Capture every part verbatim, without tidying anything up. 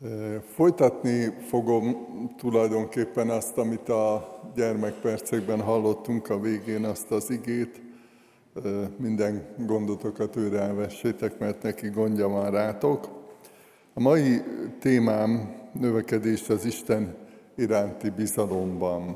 Folytatni fogom tulajdonképpen azt, amit a gyermekpercekben hallottunk a végén, azt az igét. Minden gondotokat őre elvessétek, mert neki gondja van rátok. A mai témám növekedés az Isten iránti bizalomban.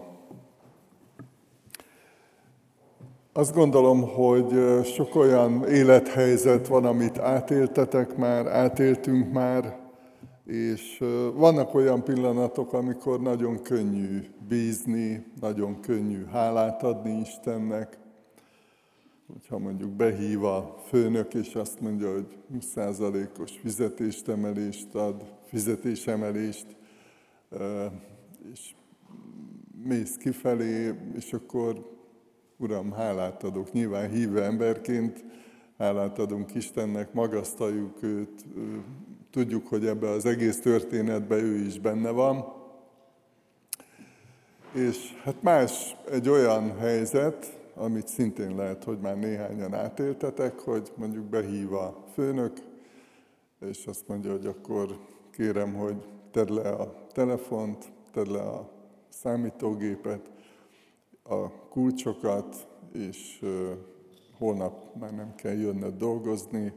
Azt gondolom, hogy sok olyan élethelyzet van, amit átéltetek már, átéltünk már, és vannak olyan pillanatok, amikor nagyon könnyű bízni, nagyon könnyű hálát adni Istennek. Hogyha mondjuk behív a főnök, és azt mondja, hogy húsz százalékos fizetésemelést ad, fizetésemelést, és mész kifelé, és akkor Uram, hálát adok. Nyilván hívő emberként hálát adunk Istennek, magasztaljuk őt, tudjuk, hogy ebben az egész történetben ő is benne van. És hát más egy olyan helyzet, amit szintén lehet, hogy már néhányan átéltetek, hogy mondjuk behív a főnök, és azt mondja, hogy akkor kérem, hogy tedd le a telefont, tedd le a számítógépet, a kulcsokat, és holnap már nem kell jönnöd dolgozni,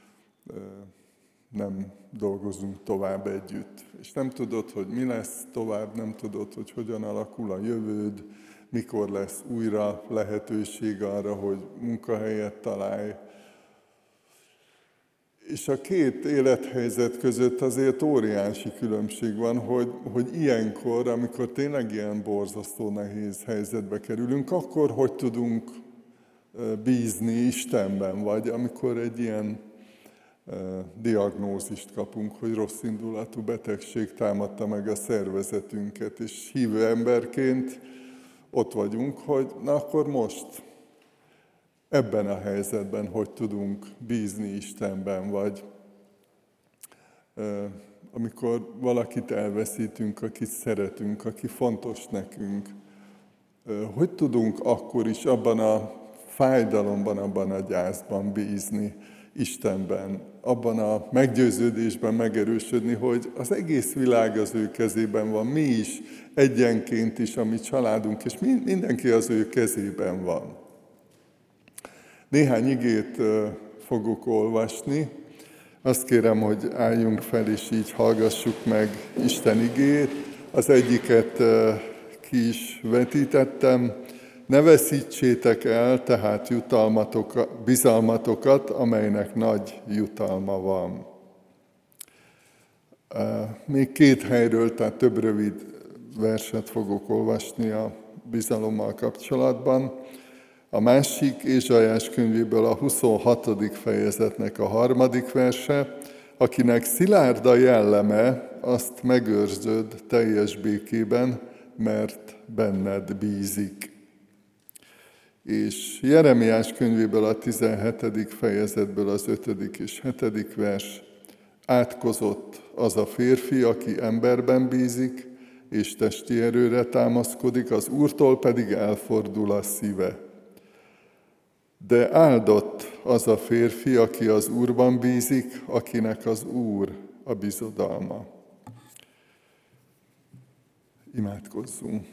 nem dolgozunk tovább együtt. És nem tudod, hogy mi lesz tovább, nem tudod, hogy hogyan alakul a jövőd, mikor lesz újra lehetőség arra, hogy munkahelyet találj. És a két élethelyzet között azért óriási különbség van, hogy, hogy ilyenkor, amikor tényleg ilyen borzasztó nehéz helyzetbe kerülünk, akkor hogy tudunk bízni Istenben, vagy amikor egy ilyen diagnózist kapunk, hogy rossz indulatú betegség támadta meg a szervezetünket, és hívő emberként ott vagyunk, hogy na akkor most ebben a helyzetben hogy tudunk bízni Istenben, vagy amikor valakit elveszítünk, akit szeretünk, aki fontos nekünk, hogy tudunk akkor is abban a fájdalomban, abban a gyászban bízni Istenben, abban a meggyőződésben megerősödni, hogy az egész világ az ő kezében van, mi is egyenként is, a mi családunk, és mindenki az ő kezében van. Néhány igét fogok olvasni. Azt kérem, hogy álljunk fel, és így hallgassuk meg Isten igét. Az egyiket ki is vetítettem. Ne veszítsétek el tehát jutalmatokat, bizalmatokat, amelynek nagy jutalma van. Még két helyről, tehát több rövid verset fogok olvasni a bizalommal kapcsolatban. A másik Ézsaiás könyvéből a huszonhatodik fejezetnek a harmadik verse, akinek szilárd a jelleme, azt megőrzöd teljes békében, mert benned bízik. És Jeremiás könyvéből a tizenhetedik fejezetből az ötödik és hetedik vers, átkozott az a férfi, aki emberben bízik, és testi erőre támaszkodik, az Úrtól pedig elfordul a szíve. De áldott az a férfi, aki az Úrban bízik, akinek az Úr a bizodalma. Imádkozzunk!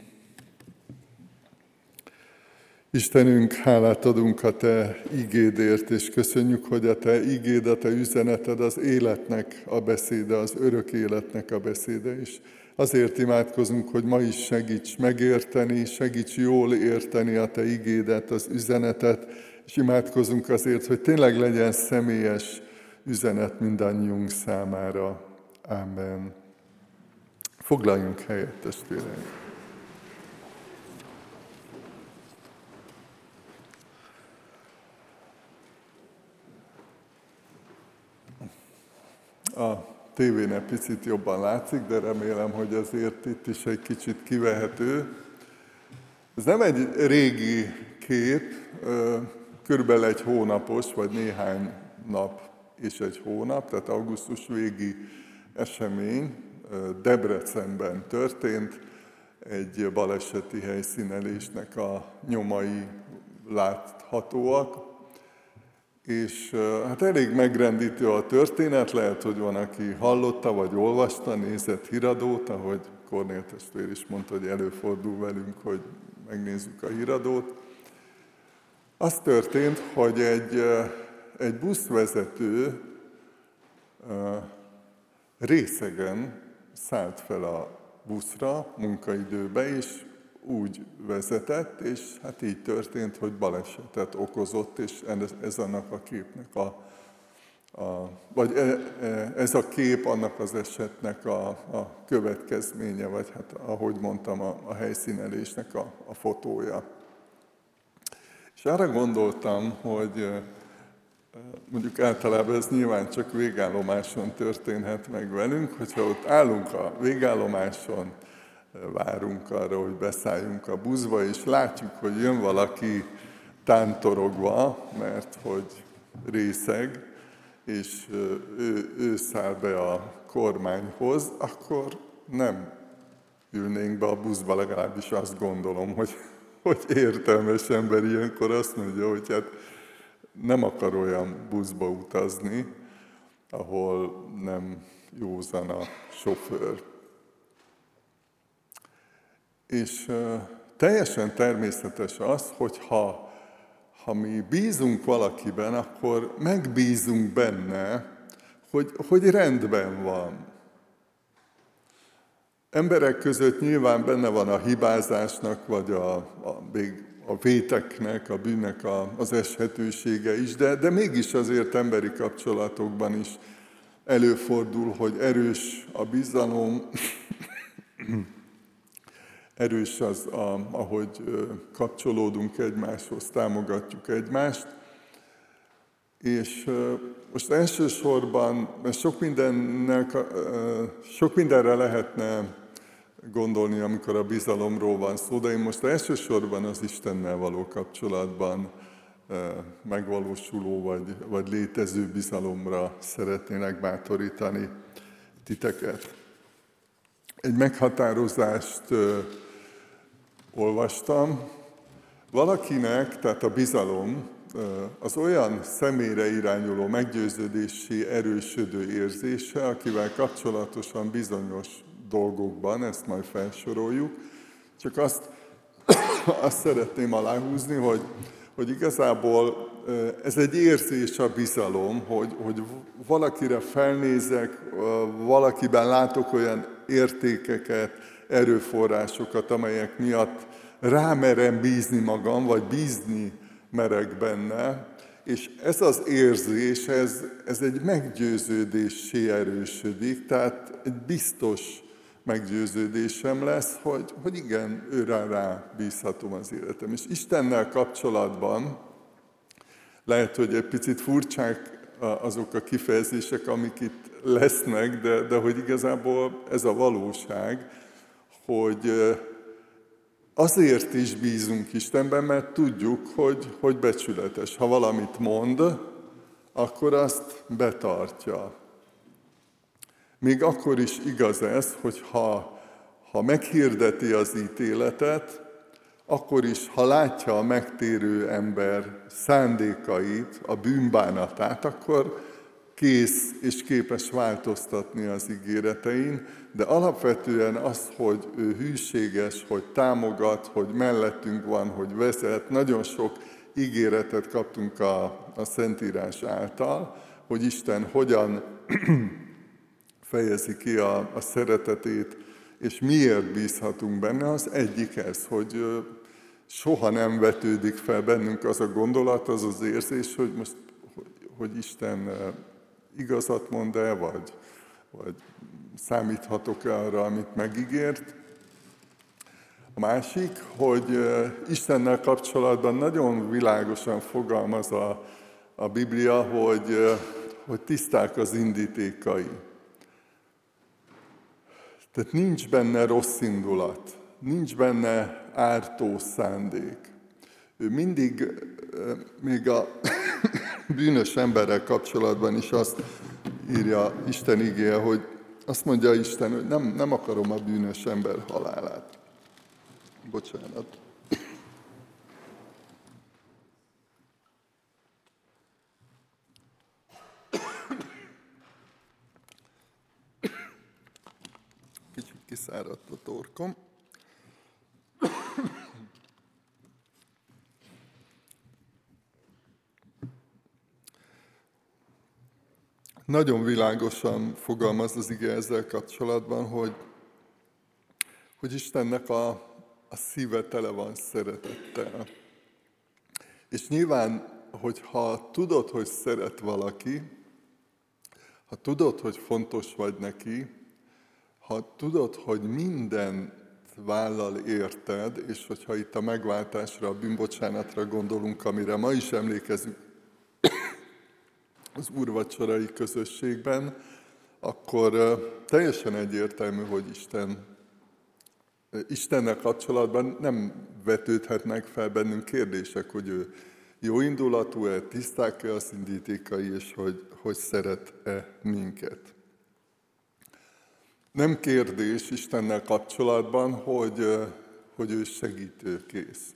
Istenünk, hálát adunk a Te igédért, és köszönjük, hogy a Te igéd, a Te üzeneted az életnek a beszéde, az örök életnek a beszéde is. Azért imádkozunk, hogy ma is segíts megérteni, segíts jól érteni a Te igédet, az üzenetet, és imádkozunk azért, hogy tényleg legyen személyes üzenet mindannyiunk számára. Amen. Foglaljunk helyet, testvéreim! A tévén egy picit jobban látszik, de remélem, hogy azért itt is egy kicsit kivehető. Ez nem egy régi kép, körülbelül egy hónapos, vagy néhány nap és egy hónap, tehát augusztus végi esemény Debrecenben történt, egy baleseti helyszínelésnek a nyomai láthatóak, És hát elég megrendítő a történet, lehet, hogy van, aki hallotta, vagy olvasta, nézett híradót, ahogy Kornél testvér is mondta, hogy előfordul velünk, hogy megnézzük a híradót. Az történt, hogy egy, egy buszvezető részegen szállt fel a buszra munkaidőbe, és úgy vezetett, és hát így történt, hogy balesetet okozott, és ez, ez annak a képnek a, a vagy ez a kép annak az esetnek a, a következménye, vagy hát ahogy mondtam, a, a helyszínelésnek a, a fotója. És arra gondoltam, hogy mondjuk általában ez nyilván csak végállomáson történhet meg velünk, hogyha ott állunk a végállomáson, várunk arra, hogy beszálljunk a buszba, és látjuk, hogy jön valaki tántorogva, mert hogy részeg, és ő, ő száll be a kormányhoz, akkor nem ülnénk be a buszba, legalábbis azt gondolom, hogy, hogy értelmes ember ilyenkor azt mondja, hogy hát nem akar olyan buszba utazni, ahol nem józan a sofőr. És uh, teljesen természetes az, hogy ha, ha mi bízunk valakiben, akkor megbízunk benne, hogy, hogy rendben van. Emberek között nyilván benne van a hibázásnak, vagy a, a, még a véteknek, a bűnnek a, az eshetősége is, de, de mégis azért emberi kapcsolatokban is előfordul, hogy erős a bizalom, erős az, a, ahogy kapcsolódunk egymáshoz, támogatjuk egymást. És most elsősorban, mert sok, mindennel, sok mindenre lehetne gondolni, amikor a bizalomról van szó, de én most elsősorban az Istennel való kapcsolatban megvalósuló vagy, vagy létező bizalomra szeretnének bátorítani titeket. Egy meghatározást olvastam. Valakinek, tehát a bizalom, az olyan személyre irányuló meggyőződési erősödő érzése, akivel kapcsolatosan bizonyos dolgokban, ezt majd felsoroljuk, csak azt, azt szeretném aláhúzni, hogy, hogy igazából ez egy érzés a bizalom, hogy, hogy valakire felnézek, valakiben látok olyan értékeket, erőforrásokat, amelyek miatt rámerem bízni magam, vagy bízni merek benne, és ez az érzés, ez, ez egy meggyőződéssé erősödik, tehát egy biztos meggyőződésem lesz, hogy, hogy igen, őre rá bízhatom az életem. És Istennel kapcsolatban lehet, hogy egy picit furcsák azok a kifejezések, amik itt lesznek, de, de hogy igazából ez a valóság, hogy azért is bízunk Istenben, mert tudjuk, hogy, hogy becsületes. Ha valamit mond, akkor azt betartja. Még akkor is igaz ez, hogy ha, ha meghirdeti az ítéletet, akkor is, ha látja a megtérő ember szándékait, a bűnbánatát, akkor kész és képes változtatni az ígéretein, de alapvetően az, hogy ő hűséges, hogy támogat, hogy mellettünk van, hogy vezet, nagyon sok ígéretet kaptunk a, a Szentírás által, hogy Isten hogyan fejezi ki a, a szeretetét, és miért bízhatunk benne, az egyik ez, hogy soha nem vetődik fel bennünk az a gondolat, az az érzés, hogy most, hogy, hogy Isten igazat mond-e, vagy, vagy számíthatok-e arra, amit megígért. A másik, hogy Istennel kapcsolatban nagyon világosan fogalmaz a, a Biblia, hogy, hogy tiszták az indítékai. Tehát nincs benne rossz indulat, nincs benne ártó szándék. Ő mindig, még a bűnös emberrel kapcsolatban is azt írja Isten igéje, hogy azt mondja Isten, hogy nem, nem akarom a bűnös ember halálát. Bocsánat. Kiszáradt a torkom. Nagyon világosan fogalmaz az ige ezzel kapcsolatban, hogy, hogy Istennek a, a szíve tele van szeretettel. És nyilván, hogyha tudod, hogy szeret valaki, ha tudod, hogy fontos vagy neki, ha tudod, hogy mindent vállal érted, és hogyha itt a megváltásra, a bűnbocsánatra gondolunk, amire ma is emlékezünk az úrvacsorai közösségben, akkor teljesen egyértelmű, hogy Isten, Istennel kapcsolatban nem vetődhetnek fel bennünk kérdések, hogy ő jó indulatú-e, tiszták-e az indítékai, és hogy, hogy szeret-e minket. Nem kérdés Istennel kapcsolatban, hogy, hogy ő segítőkész.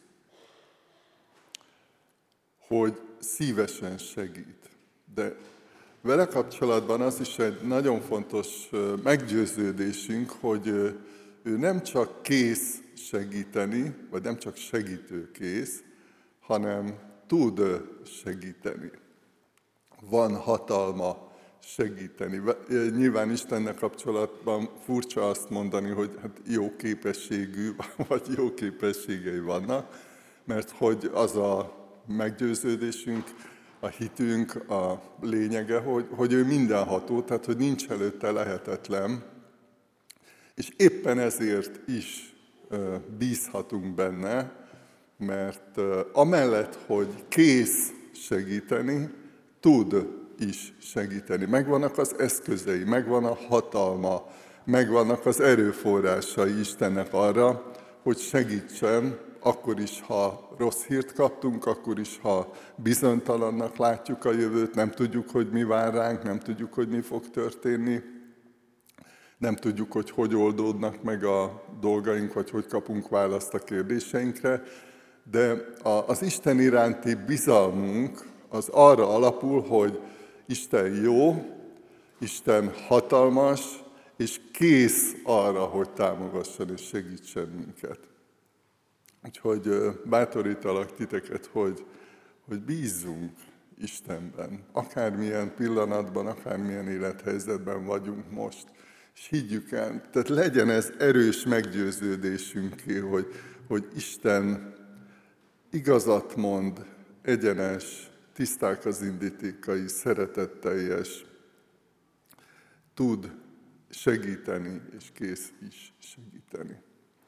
Hogy szívesen segít. De vele kapcsolatban az is egy nagyon fontos meggyőződésünk, hogy ő nem csak kész segíteni, vagy nem csak segítőkész, hanem tud segíteni. Van hatalma segíteni. Nyilván Istennel kapcsolatban furcsa azt mondani, hogy hát jó képességű, vagy jó képességei vannak, mert hogy az a meggyőződésünk, a hitünk a lényege, hogy, hogy ő mindenható, tehát hogy nincs előtte lehetetlen, és éppen ezért is bízhatunk benne, mert amellett, hogy kész segíteni, tud is segíteni. Megvannak az eszközei, megvan a hatalma, megvannak az erőforrásai Istennek arra, hogy segítsen, akkor is, ha rossz hírt kaptunk, akkor is, ha bizonytalannak látjuk a jövőt, nem tudjuk, hogy mi vár ránk, nem tudjuk, hogy mi fog történni, nem tudjuk, hogy hogy oldódnak meg a dolgaink, vagy hogy kapunk választ a kérdéseinkre, de az Isten iránti bizalmunk az arra alapul, hogy Isten jó, Isten hatalmas, és kész arra, hogy támogasson és segítsen minket. Úgyhogy bátorítalak titeket, hogy, hogy bízzunk Istenben. Akármilyen pillanatban, akármilyen élethelyzetben vagyunk most, és higgyük el, tehát legyen ez erős meggyőződésünké, hogy, hogy Isten igazat mond, egyenes, tiszták az indítékai, szeretetteljes, tud segíteni, és kész is segíteni.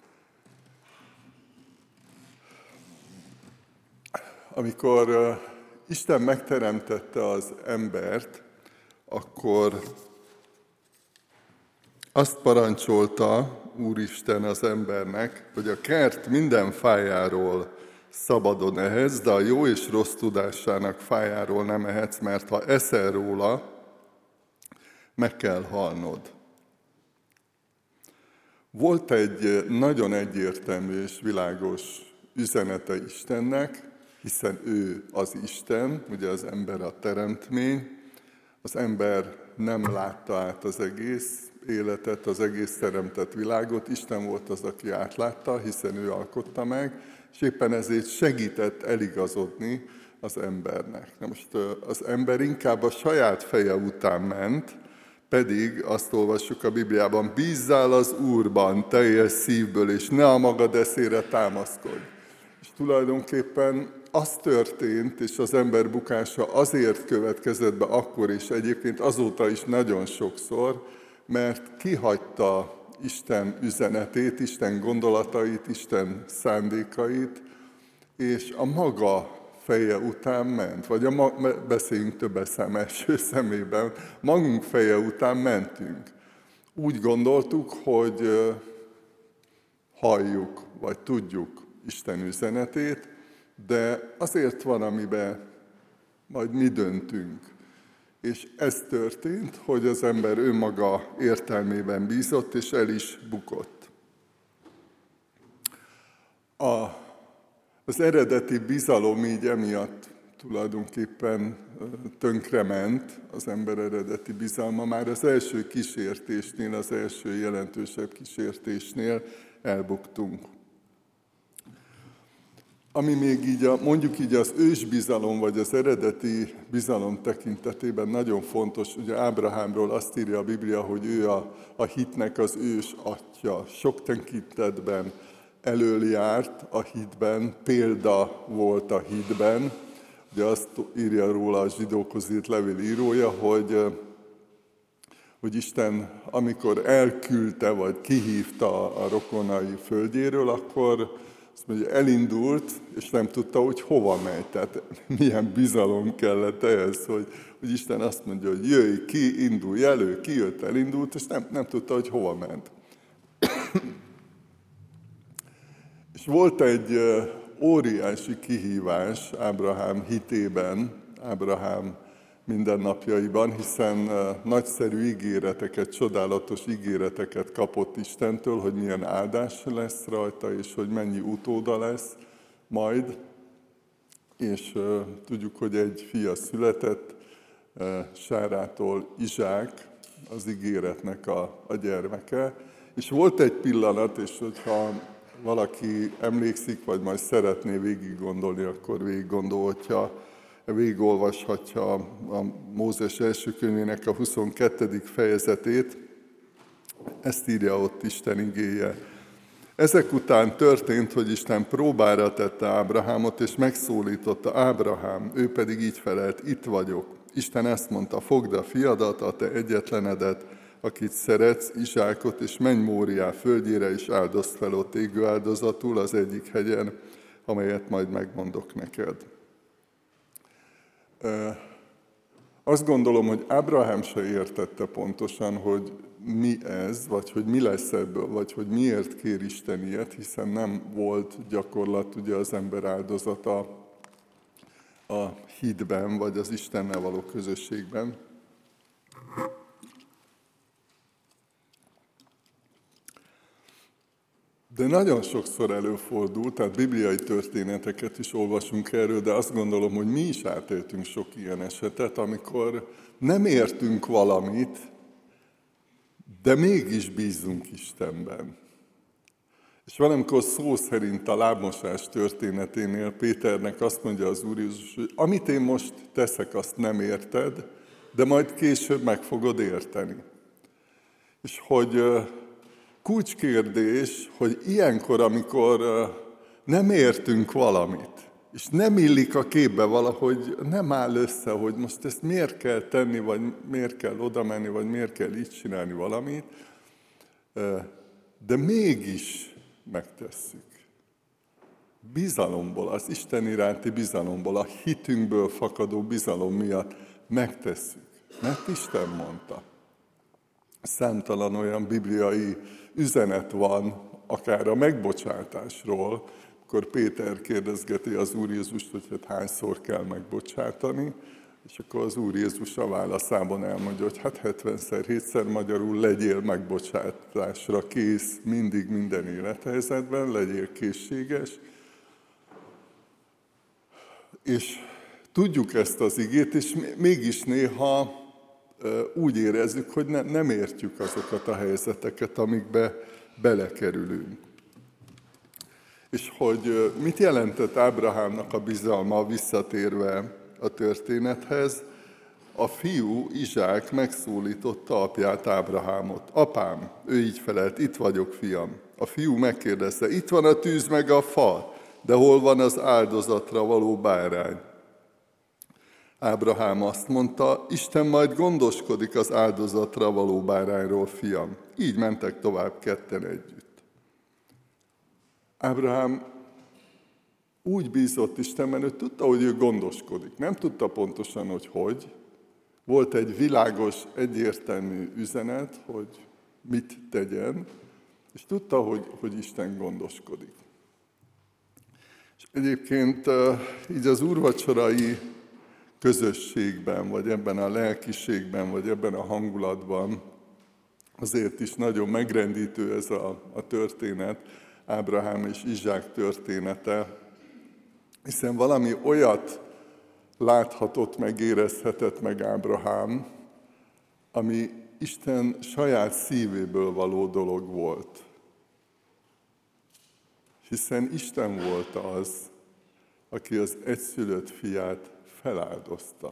Amikor Isten megteremtette az embert, akkor azt parancsolta Úristen az embernek, hogy a kert minden fájáról szabadon ehetsz, de a jó és rossz tudásának fájáról nem ehetsz, mert ha eszel róla, meg kell halnod. Volt egy nagyon egyértelmű és világos üzenete Istennek, hiszen ő az Isten, ugye az ember a teremtmény, az ember nem látta át az egész életet, az egész teremtett világot, Isten volt az, aki átlátta, hiszen ő alkotta meg, és éppen ezért segített eligazodni az embernek. Na most az ember inkább a saját feje után ment, pedig azt olvassuk a Bibliában, bízzál az Úrban teljes szívből, és ne a magad eszére támaszkodj. És tulajdonképpen az történt, és az ember bukása azért következett be akkor, és egyébként azóta is nagyon sokszor, mert kihagyta Isten üzenetét, Isten gondolatait, Isten szándékait, és a maga feje után ment, vagy a ma, beszéljünk többes szám első szemében, magunk feje után mentünk. Úgy gondoltuk, hogy halljuk, vagy tudjuk Isten üzenetét, de azért van, amiben majd mi döntünk. És ez történt, hogy az ember önmaga értelmében bízott, és el is bukott. A, az eredeti bizalom így emiatt tulajdonképpen tönkrement az ember eredeti bizalma. Már az első kísértésnél, az első jelentősebb kísértésnél elbuktunk. Ami még így a, mondjuk így az ősbizalom, vagy az eredeti bizalom tekintetében nagyon fontos, ugye Ábrahámról azt írja a Biblia, hogy ő a, a hitnek az ős atya. Sok tekintetben elől járt a hitben, példa volt a hitben. Ugye azt írja róla a zsidókhoz írt levél írója, hogy, hogy Isten, amikor elküldte, vagy kihívta a rokonai földjéről, akkor azt mondja, elindult, és nem tudta, hogy hova megy. Tehát milyen bizalom kellett ehhez, hogy, hogy Isten azt mondja, hogy jöjj ki, indulj elő, kijött, elindult, és nem, nem tudta, hogy hova ment. És volt egy óriási kihívás Ábrahám hitében, Ábrahám mindennapjaiban, hiszen nagyszerű ígéreteket, csodálatos ígéreteket kapott Istentől, hogy milyen áldás lesz rajta, és hogy mennyi utóda lesz majd. És tudjuk, hogy egy fia született, Sárától Izsák, az ígéretnek a, a gyermeke. És volt egy pillanat, és hogyha valaki emlékszik, vagy majd szeretné végig gondolni, akkor végig gondolhatja, végigolvashatja a Mózes első könyvének a huszonkettedik fejezetét. Ezt írja ott Isten igéje. Ezek után történt, hogy Isten próbára tette Ábrahámot, és megszólította: Ábrahám, ő pedig így felelt: itt vagyok. Isten ezt mondta: fogd a fiadat, a te egyetlenedet, akit szeretsz, Izsákot, és menj Móriá földjére, és áldozd fel ott égő áldozatul az egyik hegyen, amelyet majd megmondok neked. Azt gondolom, hogy Ábrahám se értette pontosan, hogy mi ez, vagy hogy mi lesz ebből, vagy hogy miért kér Isten ilyet, hiszen nem volt gyakorlat ugye az ember áldozata a hitben, vagy az Istennel való közösségben. De nagyon sokszor előfordul, tehát bibliai történeteket is olvasunk erről, de azt gondolom, hogy mi is átéltünk sok ilyen esetet, amikor nem értünk valamit, de mégis bízunk Istenben. És valamikor szó szerint a lábmosás történeténél Péternek azt mondja az Úr Jézus, hogy amit én most teszek, azt nem érted, de majd később meg fogod érteni. És hogy kulcskérdés, hogy ilyenkor, amikor nem értünk valamit, és nem illik a képbe valahogy, nem áll össze, hogy most ezt miért kell tenni, vagy miért kell oda menni, vagy miért kell így csinálni valamit, de mégis megtesszük. Bizalomból, az Isten iránti bizalomból, a hitünkből fakadó bizalom miatt megtesszük, mert Isten mondta. Számtalan olyan bibliai üzenet van, akár a megbocsátásról, akkor Péter kérdezgeti az Úr Jézust, hogy hát hányszor kell megbocsátani, és akkor az Úr Jézus a válaszában elmondja, hogy hát hetvenszer, hétszer, magyarul legyél megbocsátásra kész mindig, minden élethelyzetben, legyél készséges. És tudjuk ezt az igét, és mégis néha úgy érezzük, hogy ne, nem értjük azokat a helyzeteket, amikbe belekerülünk. És hogy mit jelentett Ábrahámnak a bizalma visszatérve a történethez, a fiú, Izsák megszólította apját, Ábrahámot. Apám, ő így felelt: itt vagyok, fiam. A fiú megkérdezte: itt van a tűz meg a fa, de hol van az áldozatra való bárány? Ábrahám azt mondta: Isten majd gondoskodik az áldozatra való bárányról, fiam. Így mentek tovább ketten együtt. Ábrahám úgy bízott Istenben, hogy tudta, hogy ő gondoskodik. Nem tudta pontosan, hogy hogy. Volt egy világos, egyértelmű üzenet, hogy mit tegyen, és tudta, hogy, hogy Isten gondoskodik. És egyébként így az úrvacsorai közösségben, vagy ebben a lelkiségben, vagy ebben a hangulatban azért is nagyon megrendítő ez a, a történet, Ábrahám és Izsák története, hiszen valami olyat láthatott meg, érezhetett meg Ábrahám, ami Isten saját szívéből való dolog volt. Hiszen Isten volt az, aki az egyszülött fiát feláldozta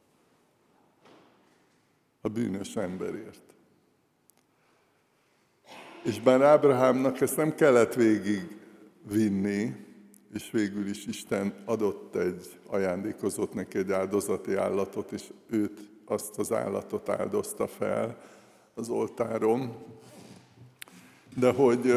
a bűnös emberért. És bár Ábrahámnak ezt nem kellett végigvinni, és végül is Isten adott egy, ajándékozott neki egy áldozati állatot, és őt, azt az állatot áldozta fel az oltáron. De hogy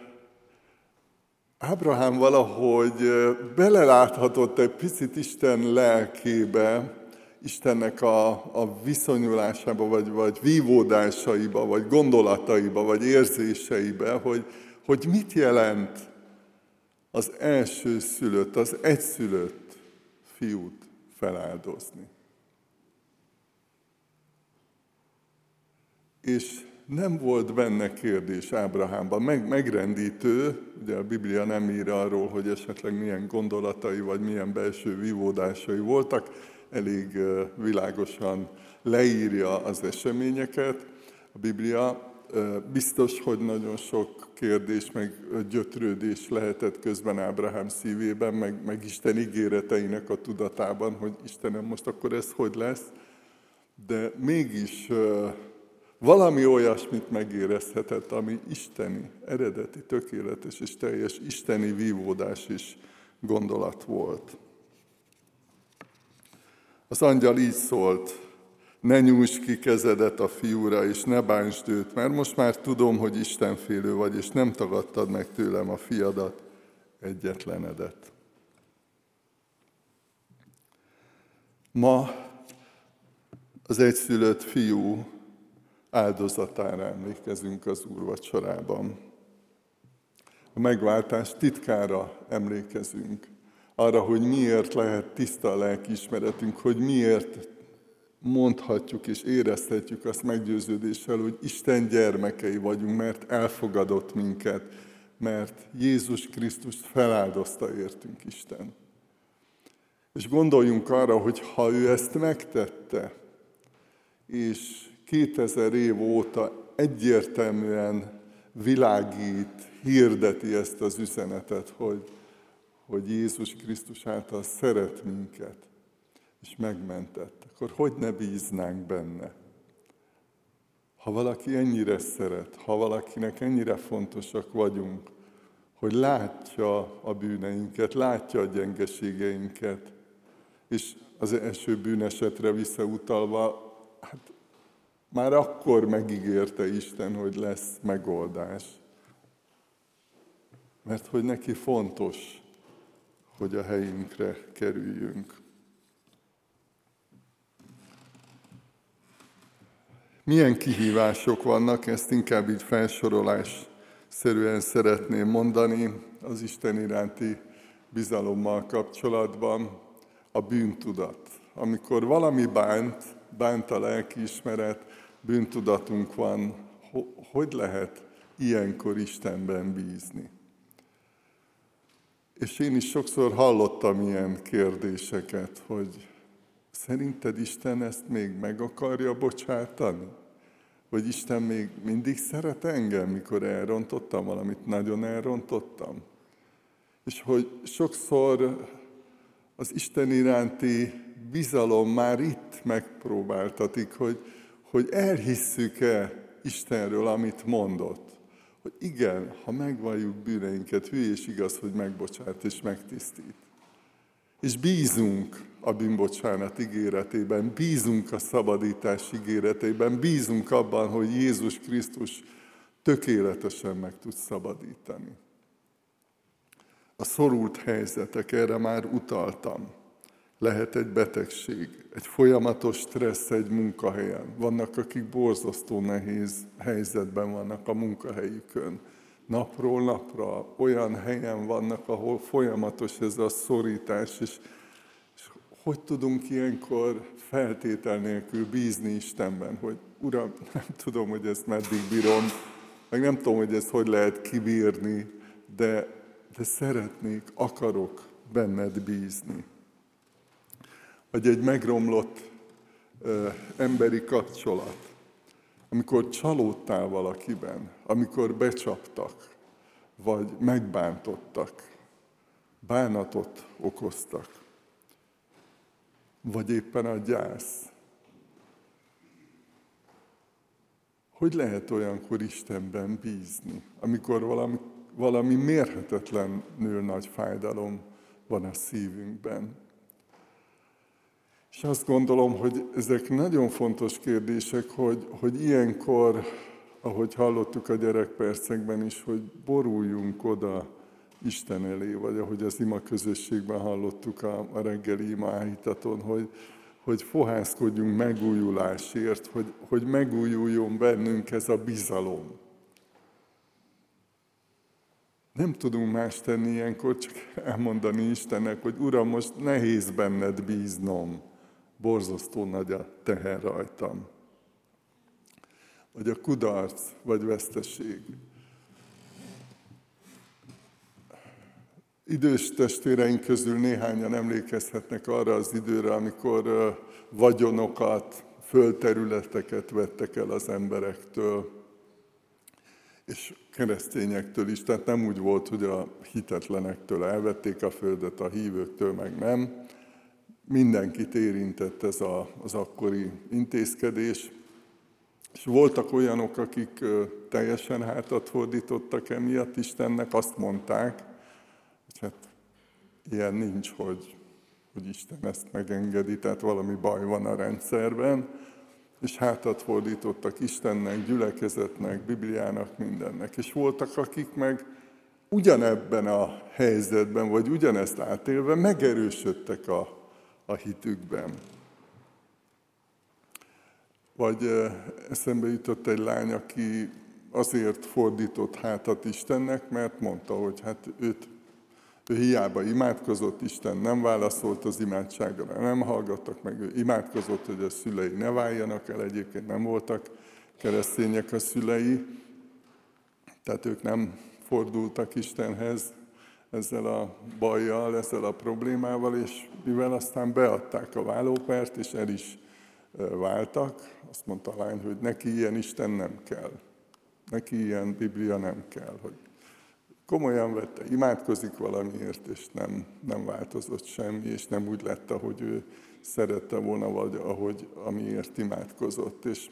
Ábrahám valahogy beleláthatott egy picit Isten lelkébe, Istennek a, a viszonyulásába, vagy, vagy vívódásaiba, vagy gondolataiba, vagy érzéseibe, hogy, hogy mit jelent az első szülött, az egyszülött fiút feláldozni. És nem volt benne kérdés Ábrahámban. Meg, megrendítő, ugye a Biblia nem ír arról, hogy esetleg milyen gondolatai, vagy milyen belső vívódásai voltak, elég világosan leírja az eseményeket. A Biblia biztos, hogy nagyon sok kérdés, meg gyötrődés lehetett közben Ábrahám szívében, meg, meg Isten ígéreteinek a tudatában, hogy Istenem, most akkor ez hogy lesz. De mégis valami olyasmit megérezhetett, ami isteni, eredeti, tökéletes és teljes isteni vívódás és gondolat volt. Az angyal így szólt: ne nyújts ki kezedet a fiúra, és ne bántsd őt, mert most már tudom, hogy istenfélő vagy, és nem tagadtad meg tőlem a fiadat, egyetlenedet. Ma az egyszülött fiú áldozatára emlékezünk az úrvacsorában. A megváltás titkára emlékezünk. Arra, hogy miért lehet tiszta a lelkiismeretünk, hogy miért mondhatjuk és érezhetjük azt meggyőződéssel, hogy Isten gyermekei vagyunk, mert elfogadott minket, mert Jézus Krisztust feláldozta értünk Isten. És gondoljunk arra, hogy ha ő ezt megtette, és kétezer év óta egyértelműen világít, hirdeti ezt az üzenetet, hogy, hogy Jézus Krisztus által szeret minket, és megmentett, akkor hogy ne bíznánk benne? Ha valaki ennyire szeret, ha valakinek ennyire fontosak vagyunk, hogy látja a bűneinket, látja a gyengeségeinket, és az első bűnesetre visszautalva, hát már akkor megígérte Isten, hogy lesz megoldás. Mert hogy neki fontos, hogy a helyünkre kerüljünk. Milyen kihívások vannak, ezt inkább így felsorolásszerűen szeretném mondani az Isten iránti bizalommal kapcsolatban. A bűntudat. Amikor valami bánt, bánt a lelkiismeret, bűntudatunk van, hogy lehet ilyenkor Istenben bízni? És én is sokszor hallottam ilyen kérdéseket, hogy szerinted Isten ezt még meg akarja bocsátani? Vagy Isten még mindig szeret engem, mikor elrontottam valamit, nagyon elrontottam? És hogy sokszor az Isten iránti bizalom már itt megpróbáltatik, hogy, hogy elhisszük-e Istenről, amit mondott. Hogy igen, ha megvalljuk bűneinket, hű és igaz, hogy megbocsát és megtisztít. És bízunk a bűnbocsánat ígéretében, bízunk a szabadítás ígéretében, bízunk abban, hogy Jézus Krisztus tökéletesen meg tud szabadítani. A szorult helyzetek, erre már utaltam. Lehet egy betegség, egy folyamatos stressz egy munkahelyen. Vannak, akik borzasztó nehéz helyzetben vannak a munkahelyükön. Napról napra olyan helyen vannak, ahol folyamatos ez a szorítás, és, és hogy tudunk ilyenkor feltétel nélkül bízni Istenben, hogy Uram, nem tudom, hogy ezt meddig bírom, meg nem tudom, hogy ezt hogy lehet kibírni, de, de szeretnék, akarok benned bízni. vagy egy megromlott ö, emberi kapcsolat, amikor csalódtál valakiben, amikor becsaptak, vagy megbántottak, bánatot okoztak, vagy éppen a gyász. Hogy lehet olyankor Istenben bízni, amikor valami, valami mérhetetlenül nagy fájdalom van a szívünkben? És azt gondolom, hogy ezek nagyon fontos kérdések, hogy, hogy ilyenkor, ahogy hallottuk a gyerekpercekben is, hogy boruljunk oda Isten elé, vagy ahogy az ima közösségben hallottuk a, a reggeli ima áhítaton, hogy, hogy fohászkodjunk megújulásért, hogy, hogy megújuljon bennünk ez a bizalom. Nem tudunk más tenni ilyenkor, csak elmondani Istennek, hogy Uram, most nehéz benned bíznom, borzasztó nagy a teher rajtam. Vagy a kudarc, vagy veszteség. Idős testvéreink közül néhányan emlékezhetnek arra az időre, amikor vagyonokat, földterületeket vettek el az emberektől, és keresztényektől is. Tehát nem úgy volt, hogy a hitetlenektől elvették a földet, a hívőktől meg nem. Mindenkit érintett ez a, az akkori intézkedés. És voltak olyanok, akik teljesen hátat fordítottak emiatt Istennek, azt mondták, hogy hát ilyen nincs, hogy, hogy Isten ezt megengedi, tehát valami baj van a rendszerben, és hátat fordítottak Istennek, gyülekezetnek, Bibliának, mindennek. És voltak, akik meg ugyanebben a helyzetben, vagy ugyanezt átélve megerősödtek a, a hitükben. Vagy eszembe jutott egy lány, aki azért fordított hátat Istennek, mert mondta, hogy hát őt, ő hiába imádkozott, Isten nem válaszolt az imádságra, nem hallgattak meg, ő imádkozott, hogy a szülei ne váljanak el, egyébként nem voltak keresztények a szülei, tehát ők nem fordultak Istenhez ezzel a bajjal, ezzel a problémával, és mivel aztán beadták a vállópert, és el is váltak, azt mondta a lány, hogy neki ilyen Isten nem kell. Neki ilyen Biblia nem kell. Hogy komolyan vette, imádkozik valamiért, és nem, nem változott semmi, és nem úgy lett, ahogy ő szerette volna, vagy ahogy amiért imádkozott. És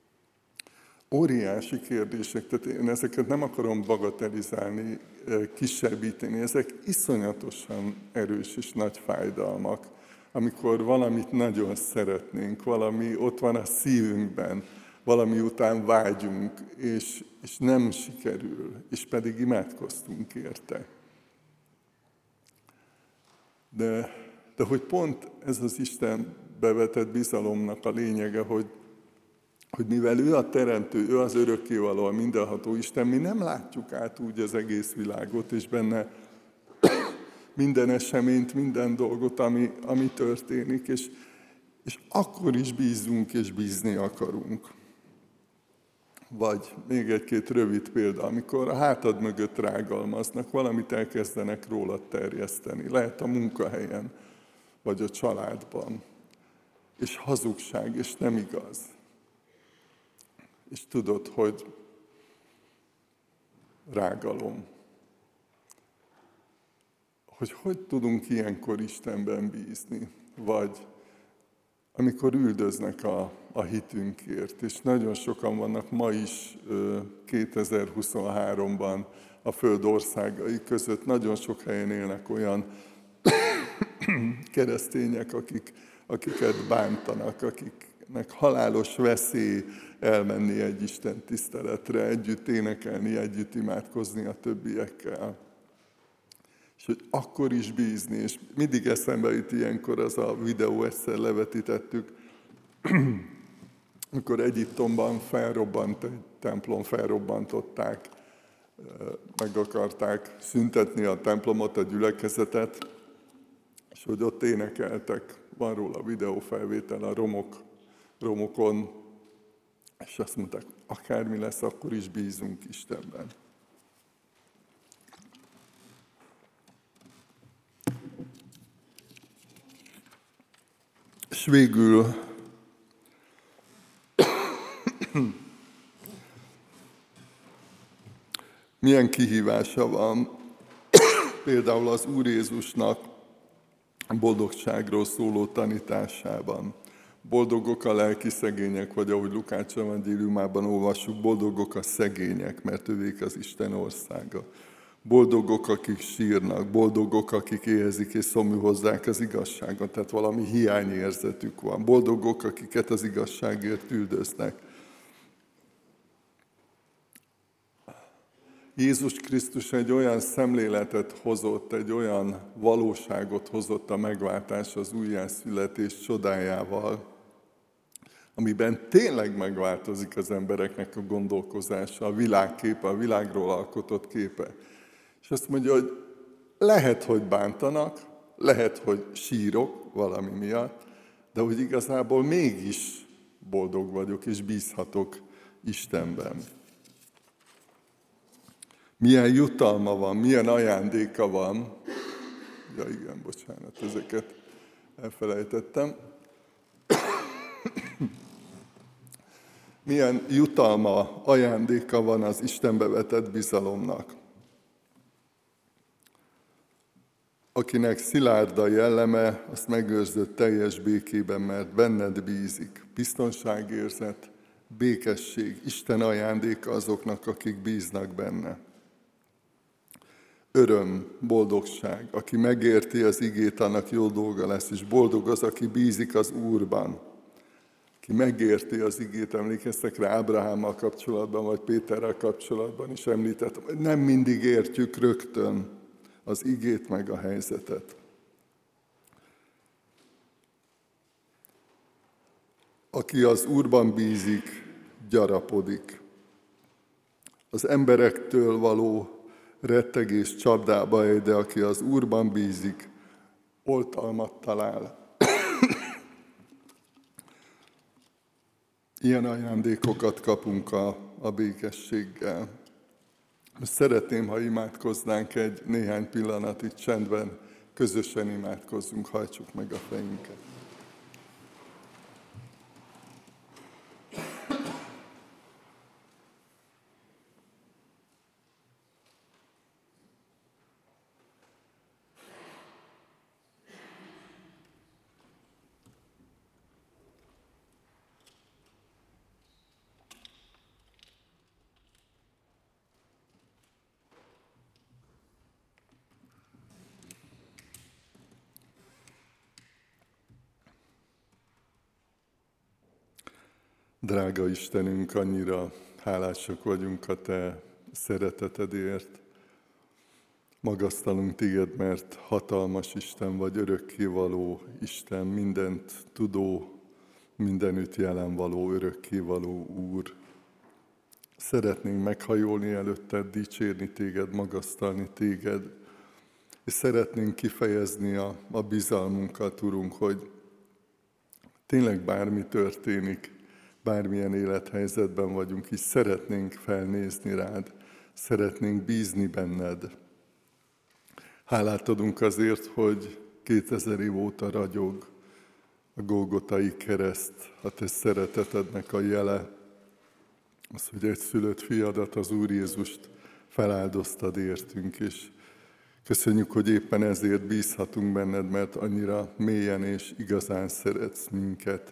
óriási kérdések, tehát én ezeket nem akarom bagatelizálni, kisebbíteni, ezek iszonyatosan erős és nagy fájdalmak, amikor valamit nagyon szeretnénk, valami ott van a szívünkben, valami után vágyunk, és, és nem sikerül, és pedig imádkoztunk érte. De, de hogy pont ez az Isten bevetett bizalomnak a lényege, hogy, hogy mivel ő a teremtő, ő az örökkévaló, a mindenható Isten, mi nem látjuk át úgy az egész világot, és benne minden eseményt, minden dolgot, ami, ami történik, és, és akkor is bízunk és bízni akarunk. Vagy még egy-két rövid példa, amikor a hátad mögött rágalmaznak, valamit elkezdenek rólad terjeszteni. Lehet a munkahelyen, vagy a családban. És hazugság, és nem igaz. És tudod, hogy rágalom. Hogy hogy tudunk ilyenkor Istenben bízni, vagy amikor üldöznek a, a hitünkért, és nagyon sokan vannak ma is kétezer-huszonháromban a Föld országai között, nagyon sok helyen élnek olyan keresztények, akik, akiket bántanak, akiknek halálos veszély elmenni egy Isten tiszteletre, együtt énekelni, együtt imádkozni a többiekkel. És hogy akkor is bízni, és mindig eszembe jut ilyenkor az a videó, egyszer levetítettük, amikor Egyiptomban felrobbant egy templom, felrobbantották, meg akarták szüntetni a templomot, a gyülekezetet, és hogy ott énekeltek, van róla videófelvétel a romok, romokon, és azt mondták, akármi lesz, akkor is bízunk Istenben. végül milyen kihívása van például az Úr Jézusnak a boldogságról szóló tanításában. Boldogok a lelki szegények, vagy ahogy Lukács evangéliumában olvassuk, boldogok a szegények, mert ővék az Isten országa. Boldogok, akik sírnak, boldogok, akik éhezik és szomjú hozzák az igazságot, tehát valami hiányérzetük van. Boldogok, akiket az igazságért üldöznek. Jézus Krisztus egy olyan szemléletet hozott, egy olyan valóságot hozott a megváltás, az újjászületés csodájával, amiben tényleg megváltozik az embereknek a gondolkozása, a világképe, a világról alkotott képe. És azt mondja, hogy lehet, hogy bántanak, lehet, hogy sírok valami miatt, de hogy igazából mégis boldog vagyok és bízhatok Istenben. Milyen jutalma van, milyen ajándéka van. Ja igen, bocsánat, ezeket elfelejtettem. Milyen jutalma, ajándéka van az Istenbe vetett bizalomnak. Akinek szilárd a jelleme, azt megőrzött teljes békében, mert benned bízik. Biztonságérzet, békesség, Isten ajándéka azoknak, akik bíznak benne. Öröm, boldogság, aki megérti az igét, annak jó dolga lesz, és boldog az, aki bízik az Úrban. Aki megérti az igét, emlékeztek rá Ábrahámmal kapcsolatban, vagy Péterrel kapcsolatban is említettem, hogy nem mindig értjük rögtön az igét meg a helyzetet. Aki az Úrban bízik, gyarapodik. Az emberektől való rettegés csapdába ejt, de aki az Úrban bízik, oltalmat talál. Ilyen ajándékokat kapunk a, a békességgel. Szeretném, ha imádkoznánk egy néhány pillanatig csendben, közösen imádkozzunk, hajtsuk meg a fejünket. Drága Istenünk, annyira hálásak vagyunk a Te szeretetedért. Magasztalunk Téged, mert hatalmas Isten vagy, örökkévaló Isten, mindent tudó, mindenütt jelen való, örökkévaló Úr. Szeretnénk meghajolni előtted, dicsérni Téged, magasztalni Téged, és szeretnénk kifejezni a, a bizalmunkat, Urunk, hogy tényleg bármi történik, bármilyen élethelyzetben vagyunk, és szeretnénk felnézni rád, szeretnénk bízni benned. Hálát adunk azért, hogy kétezer év óta ragyog a Golgotai kereszt, a te szeretetednek a jele, az, hogy egy szülött fiadat, az Úr Jézust feláldoztad értünk, és köszönjük, hogy éppen ezért bízhatunk benned, mert annyira mélyen és igazán szeretsz minket.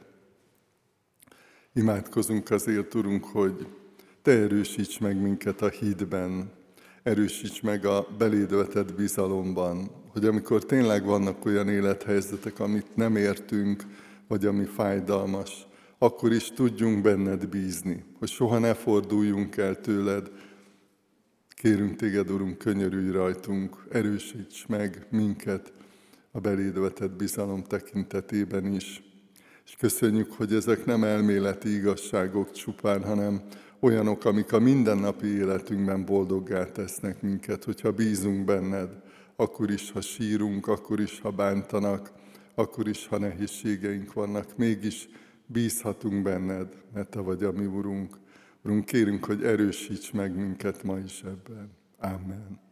Imádkozunk azért, Urunk, hogy Te erősíts meg minket a hitben, erősíts meg a beléd vetett bizalomban, hogy amikor tényleg vannak olyan élethelyzetek, amit nem értünk, vagy ami fájdalmas, akkor is tudjunk benned bízni, hogy soha ne forduljunk el tőled. Kérünk Téged, Urunk, könyörülj rajtunk, erősíts meg minket a beléd vetett bizalom tekintetében is. És köszönjük, hogy ezek nem elméleti igazságok csupán, hanem olyanok, amik a mindennapi életünkben boldoggá tesznek minket, hogyha bízunk benned, akkor is, ha sírunk, akkor is, ha bántanak, akkor is, ha nehézségeink vannak, mégis bízhatunk benned, mert Te vagy a mi Urunk. Urunk, kérünk, hogy erősíts meg minket ma is ebben. Amen.